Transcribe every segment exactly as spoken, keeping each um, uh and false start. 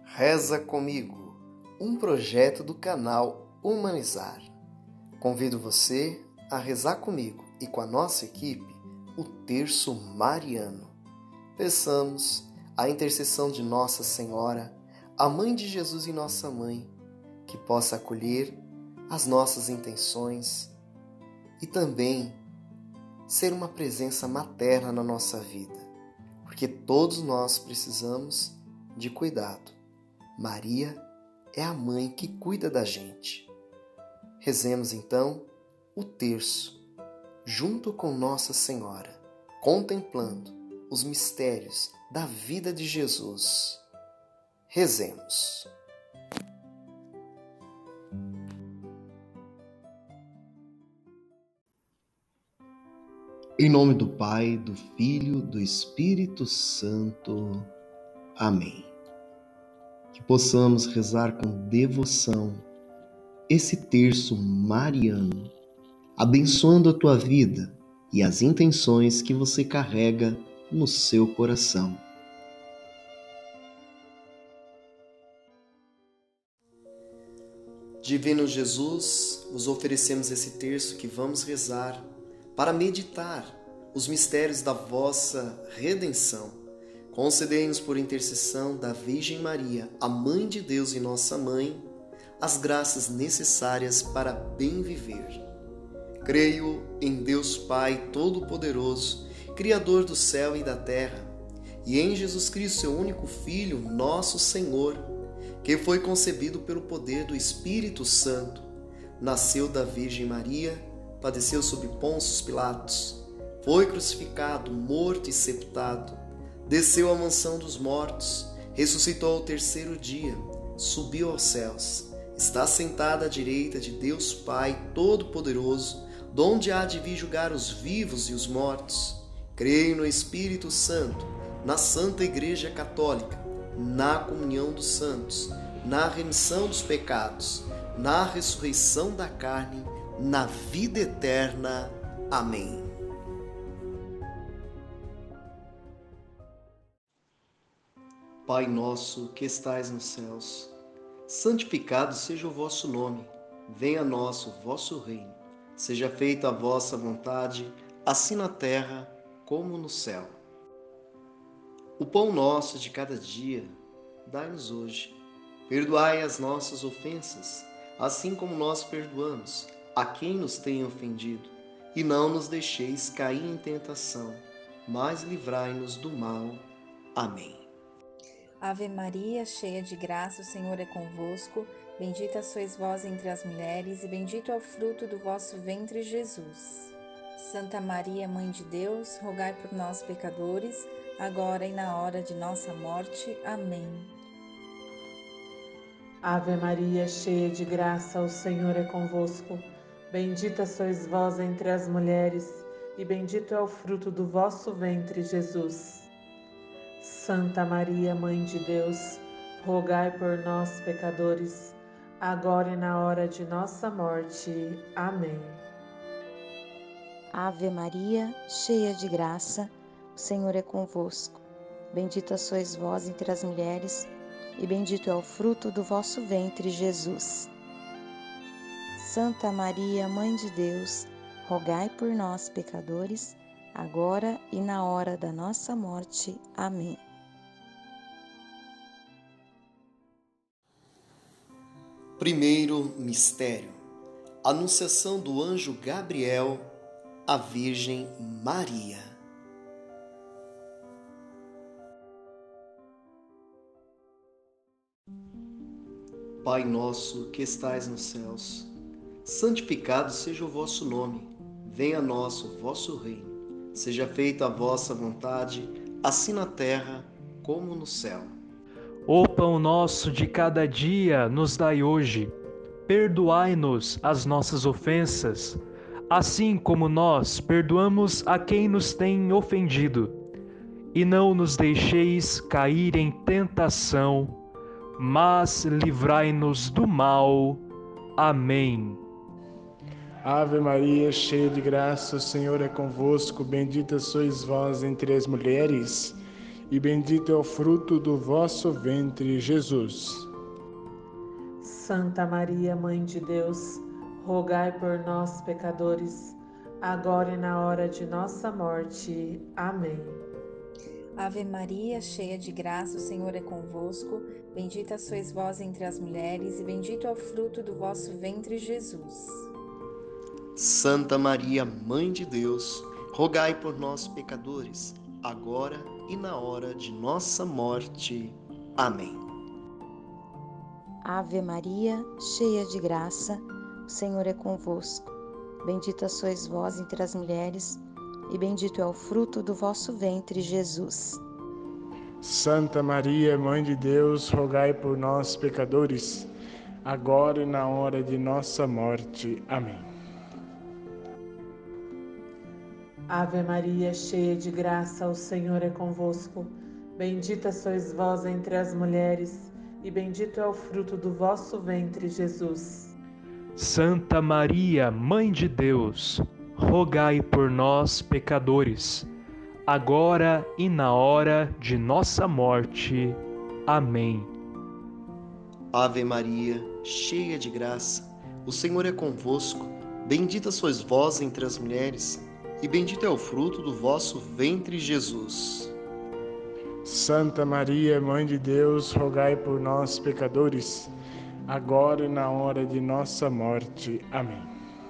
Reza Comigo, um projeto do canal Humanizar. Convido você a rezar comigo e com a nossa equipe o Terço Mariano. Peçamos a intercessão de Nossa Senhora, a Mãe de Jesus e Nossa Mãe, que possa acolher as nossas intenções e também ser uma presença materna na nossa vida, porque todos nós precisamos de cuidado. Maria é a mãe que cuida da gente. Rezemos então o terço, junto com Nossa Senhora, contemplando os mistérios da vida de Jesus. Rezemos. Em nome do Pai, do Filho, do Espírito Santo. Amém. Que possamos rezar com devoção esse terço mariano, abençoando a tua vida e as intenções que você carrega no seu coração. Divino Jesus, vos oferecemos esse terço que vamos rezar para meditar os mistérios da vossa redenção. Concedei-nos por intercessão da Virgem Maria, a Mãe de Deus e nossa Mãe, as graças necessárias para bem viver. Creio em Deus Pai Todo-Poderoso, Criador do céu e da terra, e em Jesus Cristo, seu único Filho, nosso Senhor, que foi concebido pelo poder do Espírito Santo, nasceu da Virgem Maria, padeceu sob Pôncio Pilatos, foi crucificado, morto e sepultado, desceu à mansão dos mortos, ressuscitou ao terceiro dia, subiu aos céus, está sentado à direita de Deus Pai Todo-Poderoso, donde há de vir julgar os vivos e os mortos. Creio no Espírito Santo, na Santa Igreja Católica, na comunhão dos santos, na remissão dos pecados, na ressurreição da carne, na vida eterna. Amém. Pai nosso que estais nos céus, santificado seja o vosso nome. Venha a nós o vosso reino. Seja feita a vossa vontade, assim na terra como no céu. O pão nosso de cada dia, dai-nos hoje. Perdoai as nossas ofensas, assim como nós perdoamos a quem nos tem ofendido. E não nos deixeis cair em tentação, mas livrai-nos do mal. Amém. Ave Maria, cheia de graça, o Senhor é convosco. Bendita sois vós entre as mulheres, e bendito é o fruto do vosso ventre, Jesus. Santa Maria, Mãe de Deus, rogai por nós, pecadores, agora e na hora de nossa morte. Amém. Ave Maria, cheia de graça, o Senhor é convosco. Bendita sois vós entre as mulheres, e bendito é o fruto do vosso ventre, Jesus. Santa Maria, Mãe de Deus, rogai por nós, pecadores, agora e na hora de nossa morte. Amém. Ave Maria, cheia de graça, o Senhor é convosco. Bendita sois vós entre as mulheres, e bendito é o fruto do vosso ventre, Jesus. Santa Maria, Mãe de Deus, rogai por nós, pecadores, agora e na hora da nossa morte. Amém. Primeiro mistério: Anunciação do anjo Gabriel à Virgem Maria. Pai nosso que estais nos céus, santificado seja o vosso nome. Venha a nós o vosso reino. Seja feita a vossa vontade, assim na terra como no céu. O pão nosso de cada dia nos dai hoje. Perdoai-nos as nossas ofensas, assim como nós perdoamos a quem nos tem ofendido. E não nos deixeis cair em tentação, mas livrai-nos do mal. Amém. Ave Maria, cheia de graça, o Senhor é convosco. Bendita sois vós entre as mulheres, e bendito é o fruto do vosso ventre, Jesus. Santa Maria, Mãe de Deus, rogai por nós, pecadores, agora e na hora de nossa morte. Amém. Ave Maria, cheia de graça, o Senhor é convosco. Bendita sois vós entre as mulheres, e bendito é o fruto do vosso ventre, Jesus. Santa Maria, Mãe de Deus, rogai por nós, pecadores, agora e na hora de nossa morte. Amém. Ave Maria, cheia de graça, o Senhor é convosco. Bendita sois vós entre as mulheres, e bendito é o fruto do vosso ventre, Jesus. Santa Maria, Mãe de Deus, rogai por nós, pecadores, agora e na hora de nossa morte. Amém. Ave Maria, cheia de graça, o Senhor é convosco. Bendita sois vós entre as mulheres, e bendito é o fruto do vosso ventre, Jesus. Santa Maria, Mãe de Deus, rogai por nós, pecadores, agora e na hora de nossa morte. Amém. Ave Maria, cheia de graça, o Senhor é convosco. Bendita sois vós entre as mulheres, e bendito é o fruto do vosso ventre, Jesus. Santa Maria, Mãe de Deus, rogai por nós, pecadores, agora e na hora de nossa morte. Amém.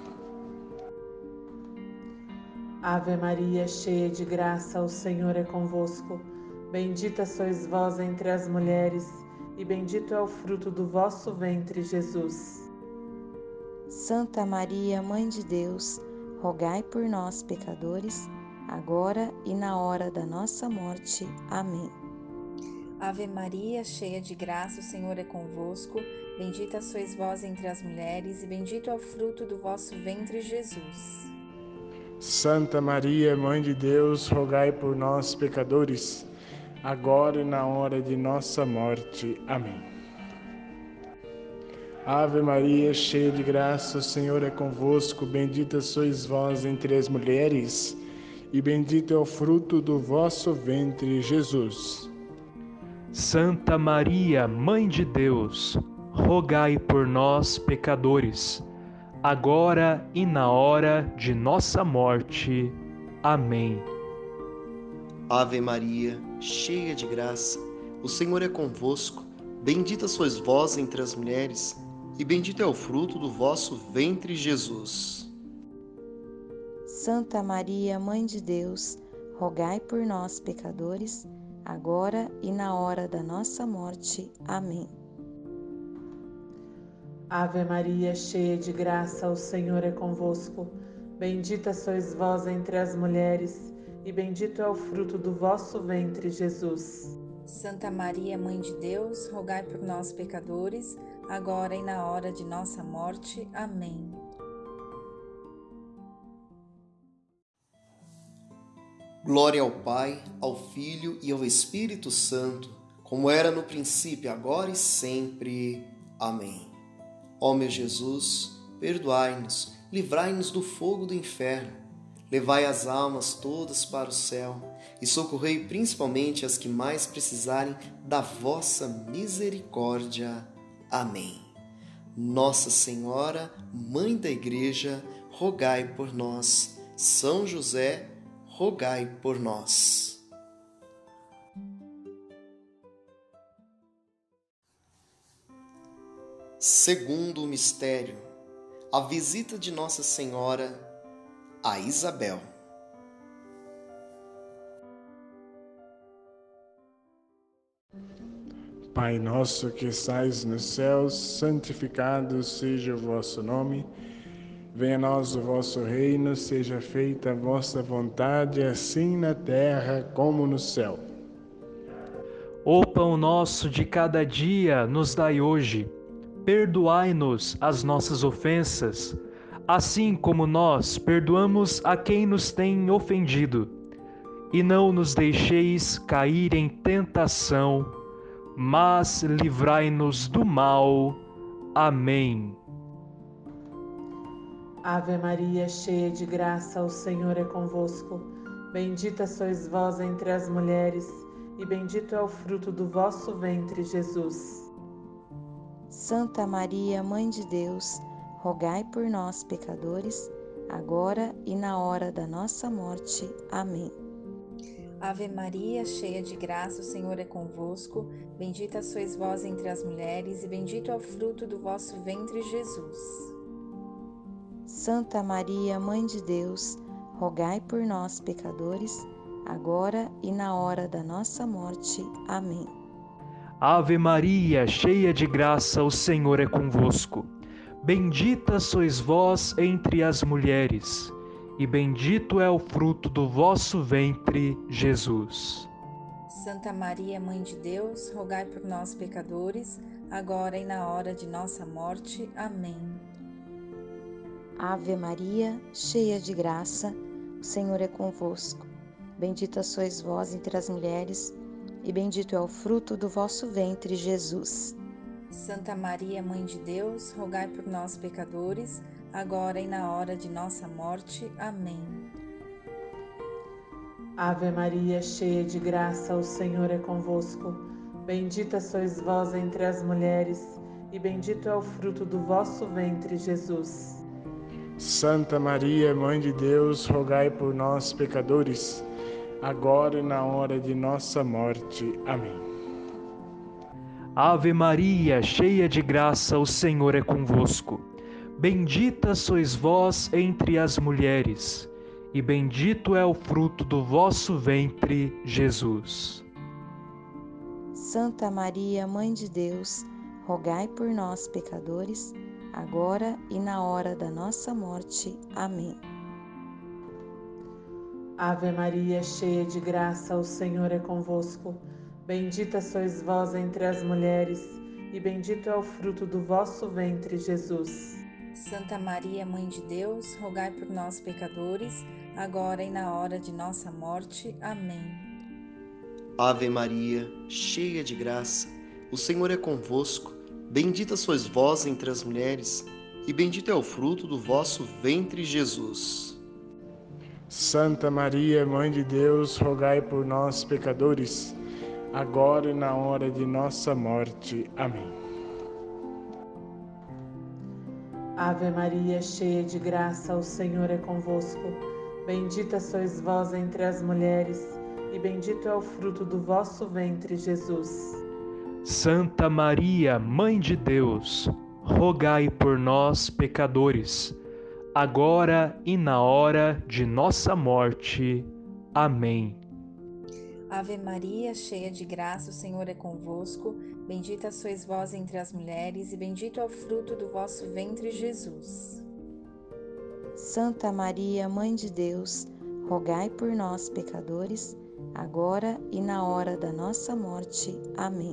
Ave Maria, cheia de graça, o Senhor é convosco. Bendita sois vós entre as mulheres, e bendito é o fruto do vosso ventre, Jesus. Santa Maria, Mãe de Deus, rogai por nós, pecadores, agora e na hora da nossa morte. Amém. Ave Maria, cheia de graça, o Senhor é convosco. Bendita sois vós entre as mulheres, e bendito é o fruto do vosso ventre, Jesus. Santa Maria, Mãe de Deus, rogai por nós, pecadores, agora e na hora de nossa morte. Amém. Ave Maria, cheia de graça, o Senhor é convosco. Bendita sois vós entre as mulheres, e bendito é o fruto do vosso ventre, Jesus. Santa Maria, Mãe de Deus, rogai por nós, pecadores, agora e na hora de nossa morte. Amém. Ave Maria, cheia de graça, o Senhor é convosco. Bendita sois vós entre as mulheres, e bendito é o fruto do vosso ventre, Jesus. Santa Maria, Mãe de Deus, rogai por nós, pecadores, agora e na hora da nossa morte. Amém. Ave Maria, cheia de graça, o Senhor é convosco. Bendita sois vós entre as mulheres, e bendito é o fruto do vosso ventre, Jesus. Santa Maria, Mãe de Deus, rogai por nós, pecadores, agora e na hora de nossa morte. Amém. Glória ao Pai, ao Filho e ao Espírito Santo, como era no princípio, agora e sempre. Amém. Ó meu Jesus, perdoai-nos, livrai-nos do fogo do inferno, levai as almas todas para o céu e socorrei principalmente as que mais precisarem da vossa misericórdia. Amém. Nossa Senhora, Mãe da Igreja, rogai por nós. São José, rogai por nós. Segundo mistério, a visita de Nossa Senhora a Isabel. Pai nosso que estais nos céus, santificado seja o vosso nome. Venha a nós o vosso reino, seja feita a vossa vontade, assim na terra como no céu. O pão nosso de cada dia nos dai hoje. Perdoai-nos as nossas ofensas, assim como nós perdoamos a quem nos tem ofendido. E não nos deixeis cair em tentação, mas livrai-nos do mal. Amém. Ave Maria, cheia de graça, o Senhor é convosco. Bendita sois vós entre as mulheres, e bendito é o fruto do vosso ventre, Jesus. Santa Maria, Mãe de Deus, rogai por nós, pecadores, agora e na hora da nossa morte. Amém. Ave Maria, cheia de graça, o Senhor é convosco. Bendita sois vós entre as mulheres, e bendito é o fruto do vosso ventre, Jesus. Santa Maria, Mãe de Deus, rogai por nós, pecadores, agora e na hora da nossa morte. Amém. Ave Maria, cheia de graça, o Senhor é convosco. Bendita sois vós entre as mulheres, e bendito é o fruto do vosso ventre, Jesus. Santa Maria, Mãe de Deus, rogai por nós, pecadores, agora e na hora de nossa morte. Amém. Ave Maria, cheia de graça, o Senhor é convosco. Bendita sois vós entre as mulheres, e bendito é o fruto do vosso ventre, Jesus. Santa Maria, Mãe de Deus, rogai por nós, pecadores, agora e na hora de nossa morte. Amém. Ave Maria, cheia de graça, o Senhor é convosco. Bendita sois vós entre as mulheres, e bendito é o fruto do vosso ventre, Jesus. Santa Maria, Mãe de Deus, rogai por nós, pecadores, agora e na hora de nossa morte. Amém. Ave Maria, cheia de graça, o Senhor é convosco. Bendita sois vós entre as mulheres, e bendito é o fruto do vosso ventre, Jesus. Santa Maria, Mãe de Deus, rogai por nós, pecadores, agora e na hora da nossa morte. Amém. Ave Maria, cheia de graça, o Senhor é convosco. Bendita sois vós entre as mulheres, e bendito é o fruto do vosso ventre, Jesus. Santa Maria, Mãe de Deus, rogai por nós, pecadores, agora e na hora de nossa morte. Amém. Ave Maria, cheia de graça, o Senhor é convosco. Bendita sois vós entre as mulheres, e bendito é o fruto do vosso ventre, Jesus. Santa Maria, Mãe de Deus, rogai por nós, pecadores, agora e na hora de nossa morte. Amém. Ave Maria, cheia de graça, o Senhor é convosco. Bendita sois vós entre as mulheres, e bendito é o fruto do vosso ventre, Jesus. Santa Maria, Mãe de Deus, rogai por nós, pecadores, agora e na hora de nossa morte. Amém. Ave Maria, cheia de graça, o Senhor é convosco. Bendita sois vós entre as mulheres, e bendito é o fruto do vosso ventre, Jesus. Santa Maria, Mãe de Deus, rogai por nós, pecadores, agora e na hora da nossa morte. Amém.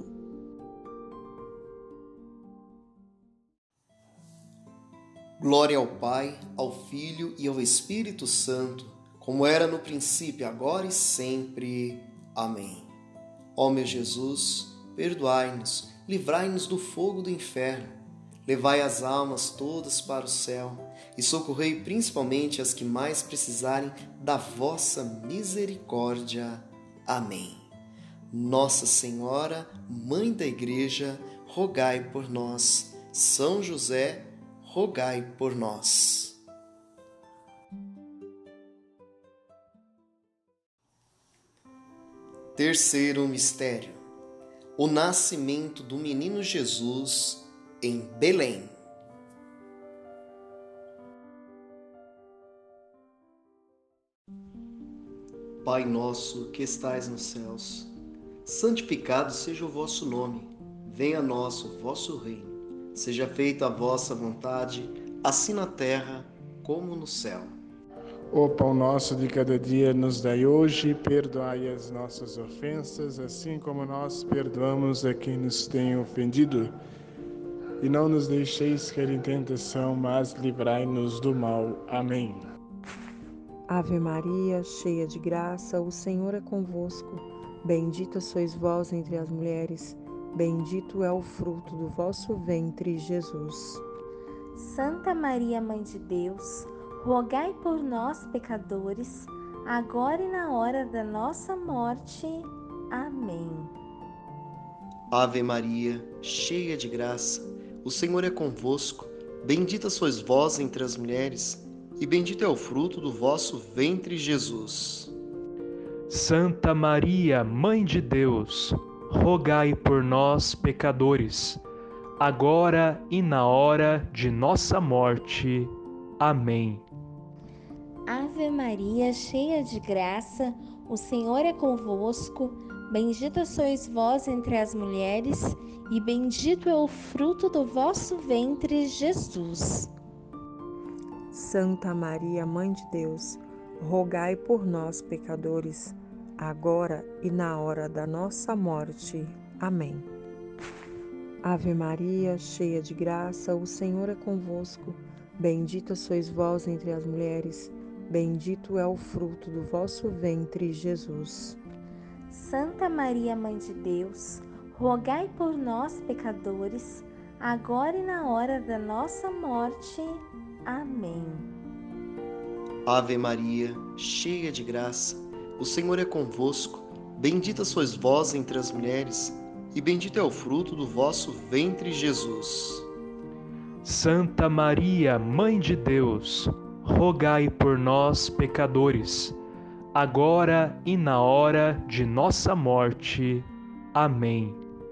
Glória ao Pai, ao Filho e ao Espírito Santo, como era no princípio, agora e sempre. Amém. Ó meu Jesus, perdoai-nos, livrai-nos do fogo do inferno, levai as almas todas para o céu e socorrei principalmente as que mais precisarem da vossa misericórdia. Amém. Nossa Senhora, Mãe da Igreja, rogai por nós. São José, rogai por nós. Terceiro mistério: o nascimento do menino Jesus em Belém. Pai nosso que estais nos céus, santificado seja o vosso nome. Venha a nós o vosso reino. Seja feita a vossa vontade, assim na terra como no céu. O pão nosso de cada dia nos dai hoje, perdoai as nossas ofensas, assim como nós perdoamos a quem nos tem ofendido. E não nos deixeis cair em tentação, mas livrai-nos do mal. Amém. Ave Maria, cheia de graça, o Senhor é convosco. Bendita sois vós entre as mulheres, bendito é o fruto do vosso ventre, Jesus. Santa Maria, Mãe de Deus, rogai por nós, pecadores, agora e na hora da nossa morte. Amém. Ave Maria, cheia de graça, o Senhor é convosco. Bendita sois vós entre as mulheres, e bendito é o fruto do vosso ventre, Jesus. Santa Maria, Mãe de Deus, rogai por nós, pecadores, agora e na hora de nossa morte. Amém. Ave Maria, cheia de graça, o Senhor é convosco. Bendita sois vós entre as mulheres, e bendito é o fruto do vosso ventre, Jesus. Santa Maria, Mãe de Deus, rogai por nós, pecadores, agora e na hora da nossa morte. Amém. Ave Maria, cheia de graça, o Senhor é convosco. Bendita sois vós entre as mulheres, bendito é o fruto do vosso ventre, Jesus. Santa Maria, Mãe de Deus, rogai por nós, pecadores, agora e na hora da nossa morte. Amém. Ave Maria, cheia de graça, o Senhor é convosco. Bendita sois vós entre as mulheres, e bendito é o fruto do vosso ventre, Jesus. Santa Maria, Mãe de Deus, rogai por nós, pecadores, agora e na hora de nossa morte. Amém.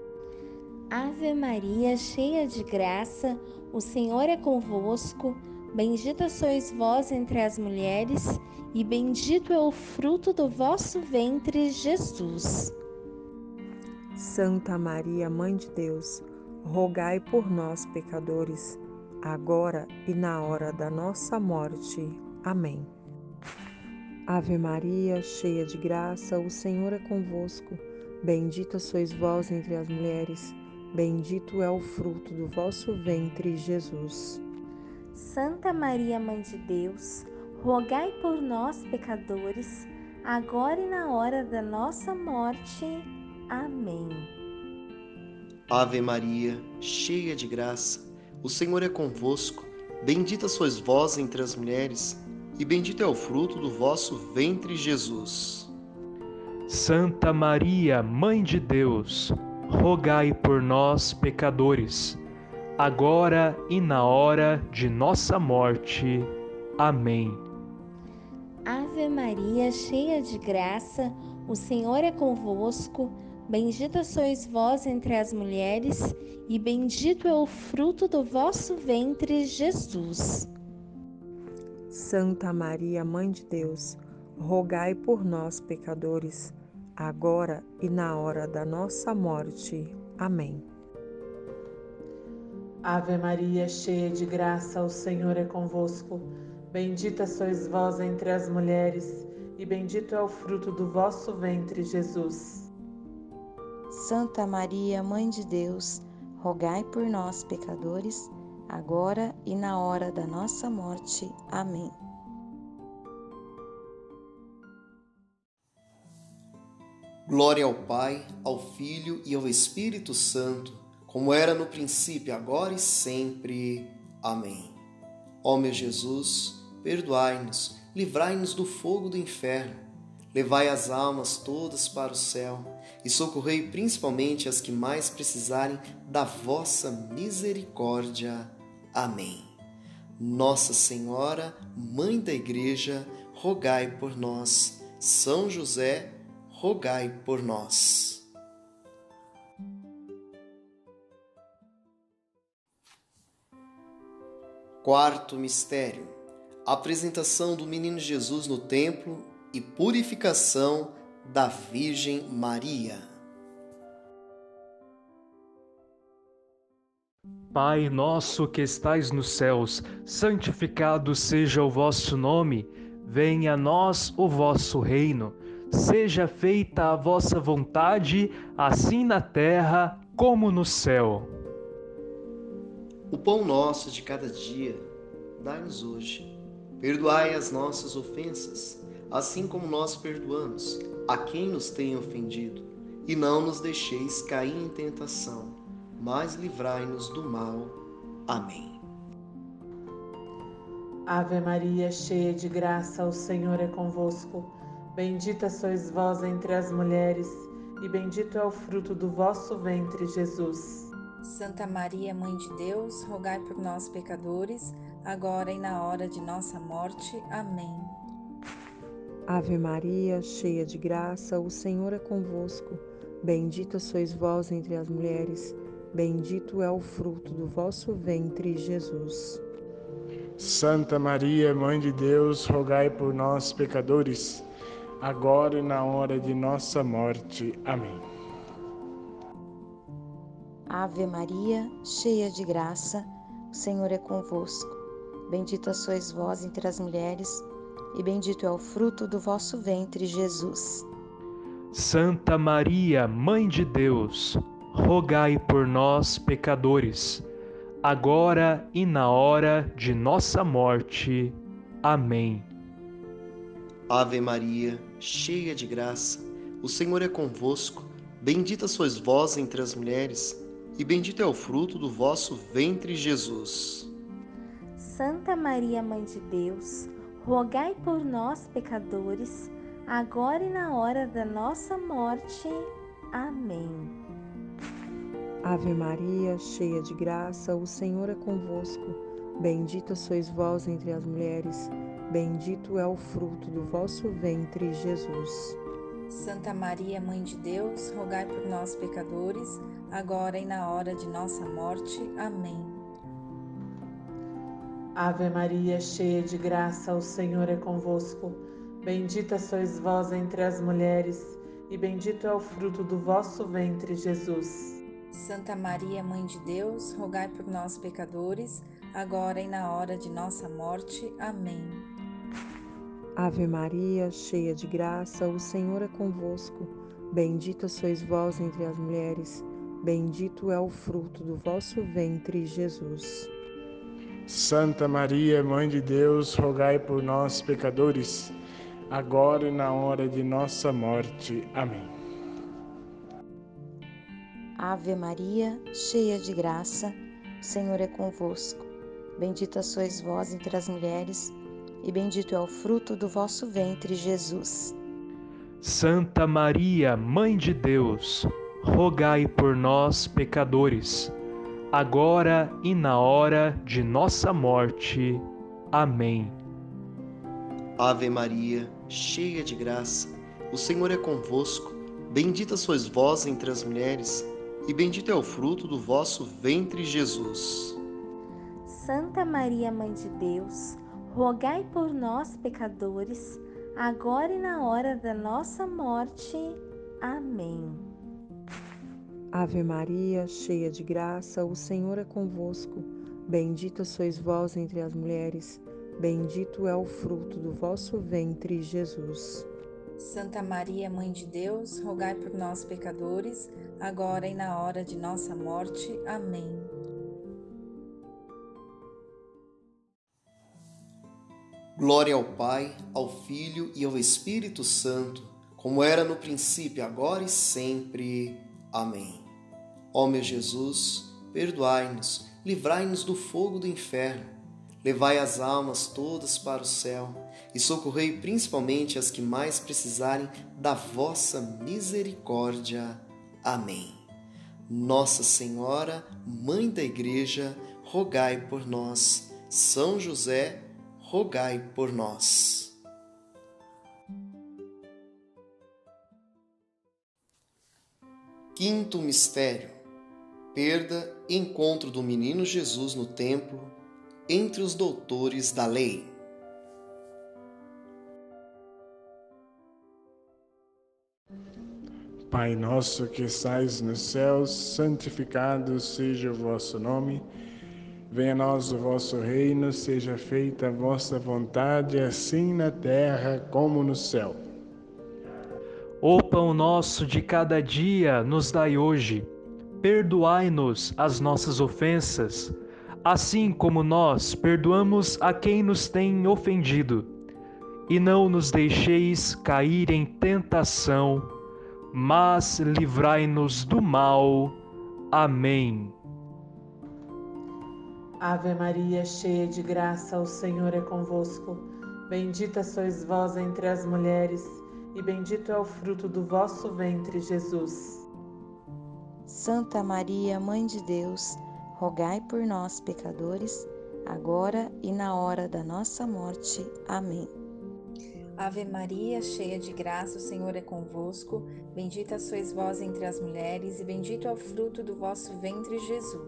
Ave Maria, cheia de graça, o Senhor é convosco. Bendita sois vós entre as mulheres, e bendito é o fruto do vosso ventre, Jesus. Santa Maria, Mãe de Deus, rogai por nós, pecadores, agora e na hora da nossa morte. Amém. Ave Maria, cheia de graça, o Senhor é convosco. Bendita sois vós entre as mulheres, bendito é o fruto do vosso ventre, Jesus. Santa Maria, Mãe de Deus, rogai por nós, pecadores, agora e na hora da nossa morte. Amém. Ave Maria, cheia de graça, o Senhor é convosco. Bendita sois vós entre as mulheres, e bendito é o fruto do vosso ventre, Jesus. Santa Maria, Mãe de Deus, rogai por nós, pecadores, agora e na hora de nossa morte. Amém. Ave Maria, cheia de graça, o Senhor é convosco. Bendita sois vós entre as mulheres, e bendito é o fruto do vosso ventre, Jesus. Santa Maria, Mãe de Deus, rogai por nós, pecadores, agora e na hora da nossa morte. Amém. Ave Maria, cheia de graça, o Senhor é convosco. Bendita sois vós entre as mulheres, e bendito é o fruto do vosso ventre, Jesus. Santa Maria, Mãe de Deus, rogai por nós, pecadores, agora e na hora da nossa morte. Amém. Glória ao Pai, ao Filho e ao Espírito Santo, como era no princípio, agora e sempre. Amém. Ó meu Jesus, perdoai-nos, livrai-nos do fogo do inferno, levai as almas todas para o céu e socorrei principalmente as que mais precisarem da vossa misericórdia. Amém. Nossa Senhora, Mãe da Igreja, rogai por nós. São José, rogai por nós. Quarto mistério: apresentação do menino Jesus no templo e purificação da Virgem Maria. Pai nosso que estais nos céus, santificado seja o vosso nome. Venha a nós o vosso reino. Seja feita a vossa vontade, assim na terra como no céu. O pão nosso de cada dia, dai-nos hoje. Perdoai as nossas ofensas, assim como nós perdoamos a quem nos tem ofendido. E não nos deixeis cair em tentação, mas livrai-nos do mal. Amém. Ave Maria, cheia de graça, o Senhor é convosco. Bendita sois vós entre as mulheres, e bendito é o fruto do vosso ventre, Jesus. Santa Maria, Mãe de Deus, rogai por nós, pecadores, agora e na hora de nossa morte. Amém. Ave Maria, cheia de graça, o Senhor é convosco. Bendita sois vós entre as mulheres, bendito é o fruto do vosso ventre, Jesus. Santa Maria, Mãe de Deus, rogai por nós, pecadores, agora e na hora de nossa morte. Amém. Ave Maria, cheia de graça, o Senhor é convosco. Bendita sois vós entre as mulheres, e bendito é o fruto do vosso ventre, Jesus. Santa Maria, Mãe de Deus, rogai por nós, pecadores, agora e na hora de nossa morte. Amém. Ave Maria, cheia de graça, o Senhor é convosco. Bendita sois vós entre as mulheres, e bendito é o fruto do vosso ventre, Jesus. Santa Maria, Mãe de Deus, rogai por nós, pecadores, agora e na hora da nossa morte. Amém. Ave Maria, cheia de graça, o Senhor é convosco. Bendita sois vós entre as mulheres, bendito é o fruto do vosso ventre, Jesus. Santa Maria, Mãe de Deus, rogai por nós, pecadores, agora e na hora de nossa morte. Amém. Ave Maria, cheia de graça, o Senhor é convosco. Bendita sois vós entre as mulheres, e bendito é o fruto do vosso ventre, Jesus. Santa Maria, Mãe de Deus, rogai por nós, pecadores, agora e na hora de nossa morte. Amém. Ave Maria, cheia de graça, o Senhor é convosco. Bendita sois vós entre as mulheres, bendito é o fruto do vosso ventre, Jesus. Santa Maria, Mãe de Deus, rogai por nós, pecadores, agora e na hora de nossa morte. Amém. Ave Maria, cheia de graça, o Senhor é convosco. Bendita sois vós entre as mulheres, e bendito é o fruto do vosso ventre, Jesus. Santa Maria, Mãe de Deus, rogai por nós, pecadores, agora e na hora de nossa morte. Amém. Ave Maria, cheia de graça, o Senhor é convosco. Bendita sois vós entre as mulheres, e bendito é o fruto do vosso ventre, Jesus. Santa Maria, Mãe de Deus, rogai por nós, pecadores, agora e na hora da nossa morte. Amém. Ave Maria, cheia de graça, o Senhor é convosco. Bendita sois vós entre as mulheres, bendito é o fruto do vosso ventre, Jesus. Santa Maria, Mãe de Deus, rogai por nós, pecadores, agora e na hora de nossa morte. Amém. Glória ao Pai, ao Filho e ao Espírito Santo, como era no princípio, agora e sempre. Amém. Ó meu Jesus, perdoai-nos, livrai-nos do fogo do inferno, levai as almas todas para o céu e socorrei principalmente as que mais precisarem da vossa misericórdia. Amém. Nossa Senhora, Mãe da Igreja, rogai por nós. São José, rogai por nós. Quinto mistério: perda e encontro do menino Jesus no templo entre os doutores da lei. Pai nosso que estais nos céus, santificado seja o vosso nome. Venha a nós o vosso reino, seja feita a vossa vontade, assim na terra como no céu. O pão nosso de cada dia nos dai hoje. Perdoai-nos as nossas ofensas, assim como nós perdoamos a quem nos tem ofendido. E não nos deixeis cair em tentação, mas livrai-nos do mal. Amém. Ave Maria, cheia de graça, o Senhor é convosco. Bendita sois vós entre as mulheres, e bendito é o fruto do vosso ventre, Jesus. Santa Maria, Mãe de Deus, rogai por nós, pecadores, agora e na hora da nossa morte. Amém. Ave Maria, cheia de graça, o Senhor é convosco. Bendita sois vós entre as mulheres, e bendito é o fruto do vosso ventre, Jesus.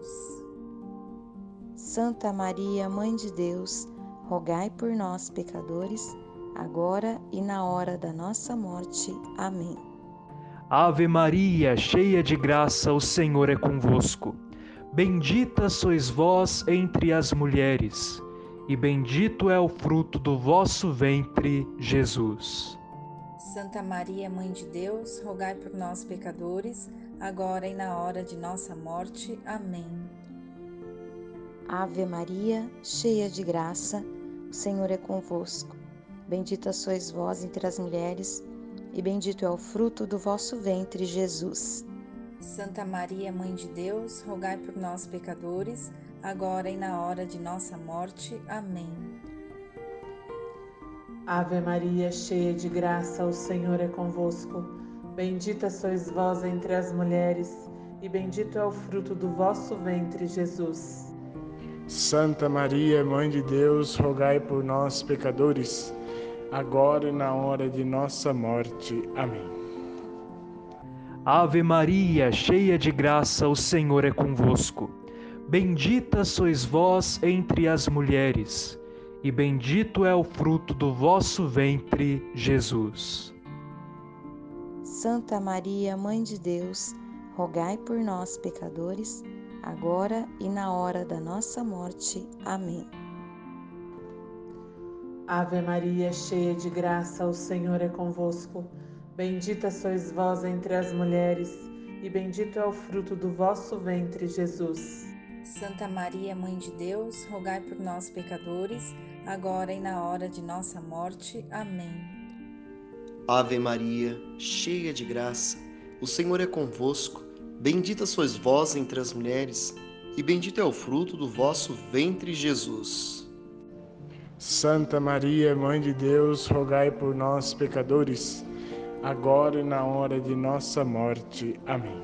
Santa Maria, Mãe de Deus, rogai por nós, pecadores, agora e na hora da nossa morte. Amém. Ave Maria, cheia de graça, o Senhor é convosco. Bendita sois vós entre as mulheres, e bendito é o fruto do vosso ventre, Jesus. Santa Maria, Mãe de Deus, rogai por nós, pecadores, agora e na hora de nossa morte. Amém. Ave Maria, cheia de graça, o Senhor é convosco. Bendita sois vós entre as mulheres, e bendito é o fruto do vosso ventre, Jesus. Santa Maria, Mãe de Deus, rogai por nós, pecadores, agora e na hora de nossa morte. Amém. Ave Maria, cheia de graça, o Senhor é convosco. Bendita sois vós entre as mulheres, e bendito é o fruto do vosso ventre, Jesus. Santa Maria, Mãe de Deus, rogai por nós, pecadores, agora e na hora de nossa morte. Amém. Ave Maria, cheia de graça, o Senhor é convosco. Bendita sois vós entre as mulheres, e bendito é o fruto do vosso ventre, Jesus. Santa Maria, Mãe de Deus, rogai por nós, pecadores, agora e na hora da nossa morte. Amém. Ave Maria, cheia de graça, o Senhor é convosco. Bendita sois vós entre as mulheres, e bendito é o fruto do vosso ventre, Jesus. Santa Maria, Mãe de Deus, rogai por nós, pecadores, agora e na hora de nossa morte. Amém. Ave Maria, cheia de graça, o Senhor é convosco. Bendita sois vós entre as mulheres, e bendito é o fruto do vosso ventre, Jesus. Santa Maria, Mãe de Deus, rogai por nós, pecadores, agora e na hora de nossa morte. Amém.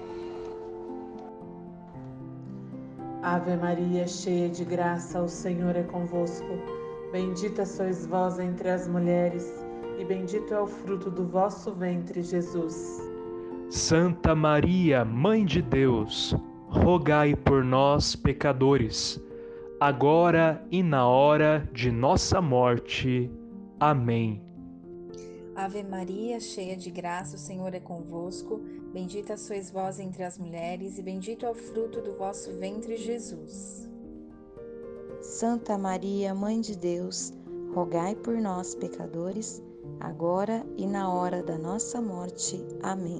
Ave Maria, cheia de graça, o Senhor é convosco. Bendita sois vós entre as mulheres, e bendito é o fruto do vosso ventre, Jesus. Santa Maria, Mãe de Deus, rogai por nós, pecadores, agora e na hora de nossa morte. Amém. Ave Maria, cheia de graça, o Senhor é convosco. Bendita sois vós entre as mulheres, e bendito é o fruto do vosso ventre, Jesus. Santa Maria, Mãe de Deus, rogai por nós, pecadores, agora e na hora da nossa morte. Amém.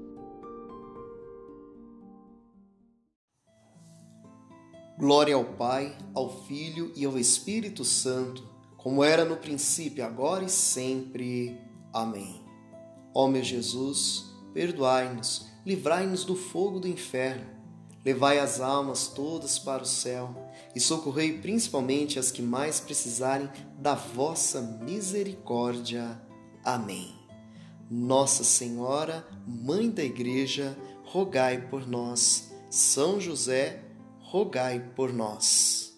Glória ao Pai, ao Filho e ao Espírito Santo, como era no princípio, agora e sempre. Amém. Ó meu Jesus, perdoai-nos, livrai-nos do fogo do inferno, levai as almas todas para o céu e socorrei principalmente as que mais precisarem da vossa misericórdia. Amém. Nossa Senhora, Mãe da Igreja, rogai por nós. São José, rogai por nós.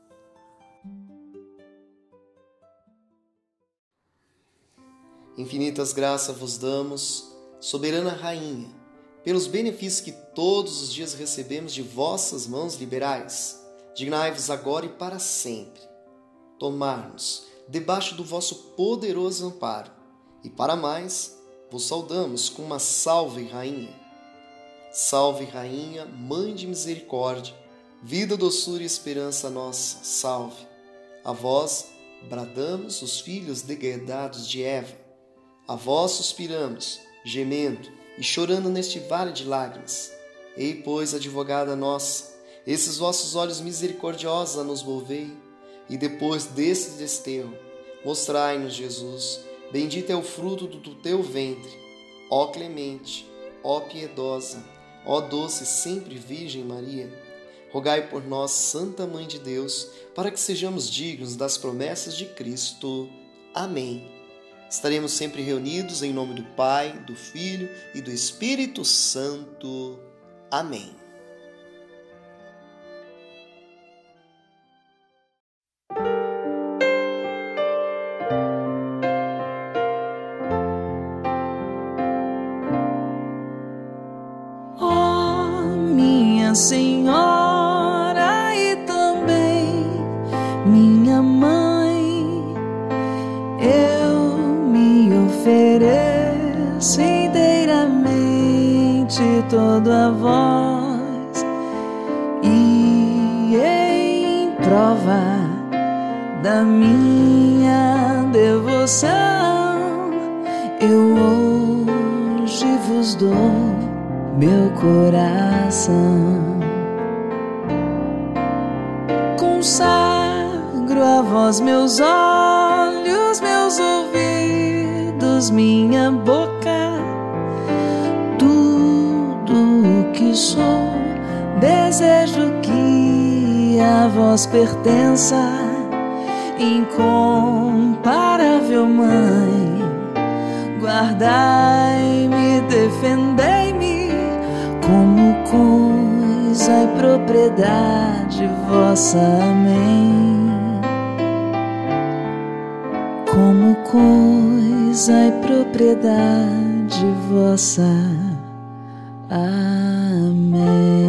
Infinitas graças vos damos, soberana Rainha, pelos benefícios que todos os dias recebemos de vossas mãos liberais. Dignai-vos agora e para sempre tomar-nos debaixo do vosso poderoso amparo, e para mais vos saudamos com uma salve, Rainha. Salve, Rainha, Mãe de Misericórdia, vida, doçura e esperança nossa, salve. A vós bradamos os filhos degredados de Eva, a vós suspiramos, gemendo e chorando neste vale de lágrimas. Ei, pois, advogada nossa, esses vossos olhos misericordiosos a nos volvei, e depois deste desterro, mostrai-nos Jesus, bendito é o fruto do teu ventre. Ó clemente, ó piedosa, ó doce sempre Virgem Maria, rogai por nós, Santa Mãe de Deus, para que sejamos dignos das promessas de Cristo. Amém. Estaremos sempre reunidos em nome do Pai, do Filho e do Espírito Santo. Amém. Ó minha Senhora e também minha Mãe, eu me ofereço inteiramente todo a vós, e em prova da minha devoção eu hoje vos dou meu coração. Consagro a vós meus olhos, meus ouvidos, minha boca, tudo o que sou. Desejo que a vós pertença, incomparável Mãe. Guardai-me, defendei-me como coisa e propriedade vossa. Amém. Como coisa e propriedade vossa. Amém.